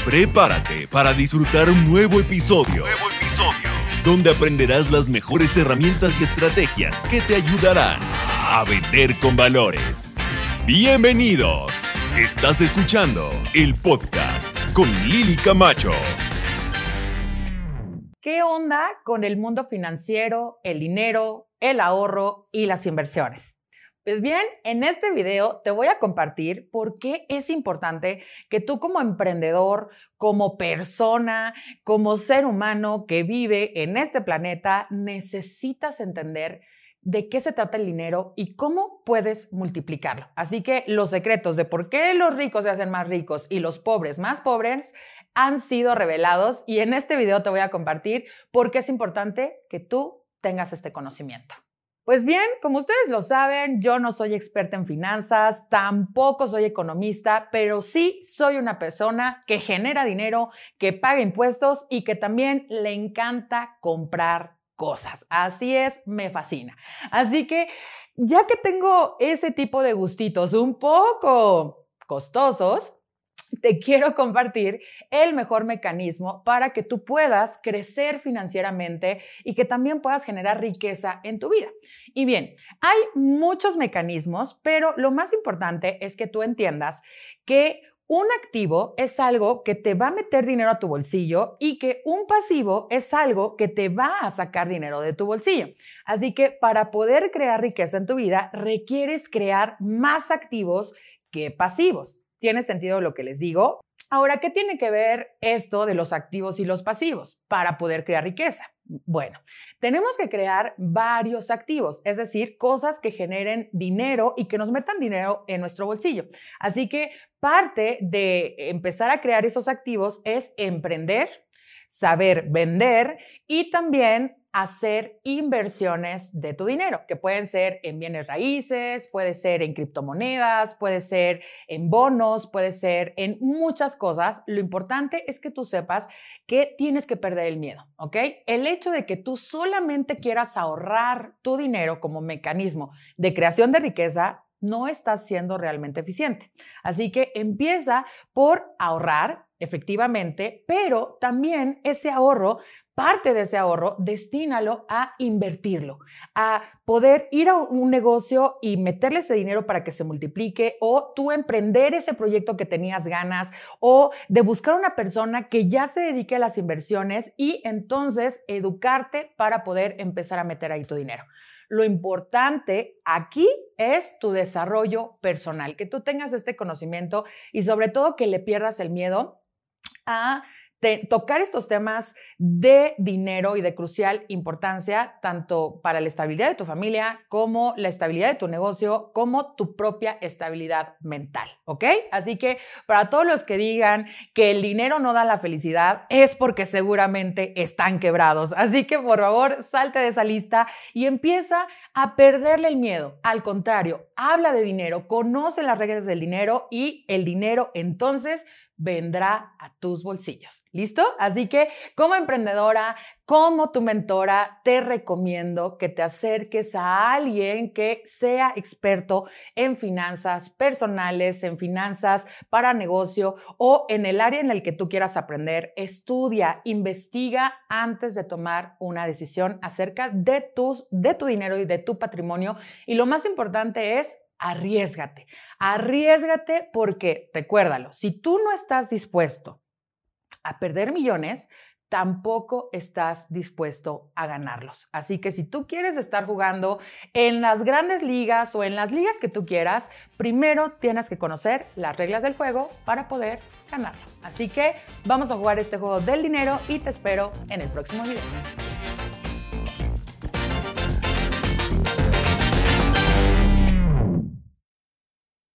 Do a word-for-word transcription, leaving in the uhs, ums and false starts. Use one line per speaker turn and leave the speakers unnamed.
Prepárate para disfrutar un nuevo episodio. Nuevo episodio. Donde aprenderás las mejores herramientas y estrategias que te ayudarán a vender con valores. Bienvenidos. Estás escuchando el podcast con Lili Camacho.
¿Qué onda con el mundo financiero, el dinero, el ahorro y las inversiones? Pues bien, en este video te voy a compartir por qué es importante que tú como emprendedor, como persona, como ser humano que vive en este planeta, necesitas entender de qué se trata el dinero y cómo puedes multiplicarlo. Así que los secretos de por qué los ricos se hacen más ricos y los pobres más pobres han sido revelados y en este video te voy a compartir por qué es importante que tú tengas este conocimiento. Pues bien, como ustedes lo saben, yo no soy experta en finanzas, tampoco soy economista, pero sí soy una persona que genera dinero, que paga impuestos y que también le encanta comprar cosas. Así es, me fascina. Así que ya que tengo ese tipo de gustitos un poco costosos, te quiero compartir el mejor mecanismo para que tú puedas crecer financieramente y que también puedas generar riqueza en tu vida. Y bien, hay muchos mecanismos, pero lo más importante es que tú entiendas que un activo es algo que te va a meter dinero a tu bolsillo y que un pasivo es algo que te va a sacar dinero de tu bolsillo. Así que para poder crear riqueza en tu vida, requieres crear más activos que pasivos. ¿Tiene sentido lo que les digo? Ahora, ¿qué tiene que ver esto de los activos y los pasivos para poder crear riqueza? Bueno, tenemos que crear varios activos, es decir, cosas que generen dinero y que nos metan dinero en nuestro bolsillo. Así que parte de empezar a crear esos activos es emprender, saber vender y también hacer inversiones de tu dinero, que pueden ser en bienes raíces, puede ser en criptomonedas, puede ser en bonos, puede ser en muchas cosas. Lo importante es que tú sepas que tienes que perder el miedo, ¿ok? El hecho de que tú solamente quieras ahorrar tu dinero como mecanismo de creación de riqueza no estás siendo realmente eficiente. Así que empieza por ahorrar, efectivamente, pero también ese ahorro, parte de ese ahorro, destínalo a invertirlo, a poder ir a un negocio y meterle ese dinero para que se multiplique, o tú emprender ese proyecto que tenías ganas, o de buscar una persona que ya se dedique a las inversiones y entonces educarte para poder empezar a meter ahí tu dinero. Lo importante aquí es tu desarrollo personal, que tú tengas este conocimiento y sobre todo que le pierdas el miedo a de tocar estos temas de dinero y de crucial importancia, tanto para la estabilidad de tu familia, como la estabilidad de tu negocio, como tu propia estabilidad mental, ¿ok? Así que para todos los que digan que el dinero no da la felicidad, es porque seguramente están quebrados. Así que por favor, salte de esa lista y empieza a perderle el miedo. Al contrario, habla de dinero, conoce las reglas del dinero y el dinero entonces vendrá a tus bolsillos. ¿Listo? Así que como emprendedora, como tu mentora, te recomiendo que te acerques a alguien que sea experto en finanzas personales, en finanzas para negocio o en el área en el que tú quieras aprender. Estudia, investiga antes de tomar una decisión acerca de, tus, de tu dinero y de tu patrimonio. Y lo más importante es arriésgate, arriésgate porque, recuérdalo, si tú no estás dispuesto a perder millones, tampoco estás dispuesto a ganarlos. Así que si tú quieres estar jugando en las grandes ligas o en las ligas que tú quieras, primero tienes que conocer las reglas del juego para poder ganarlo. Así que vamos a jugar este juego del dinero y te espero en el próximo video.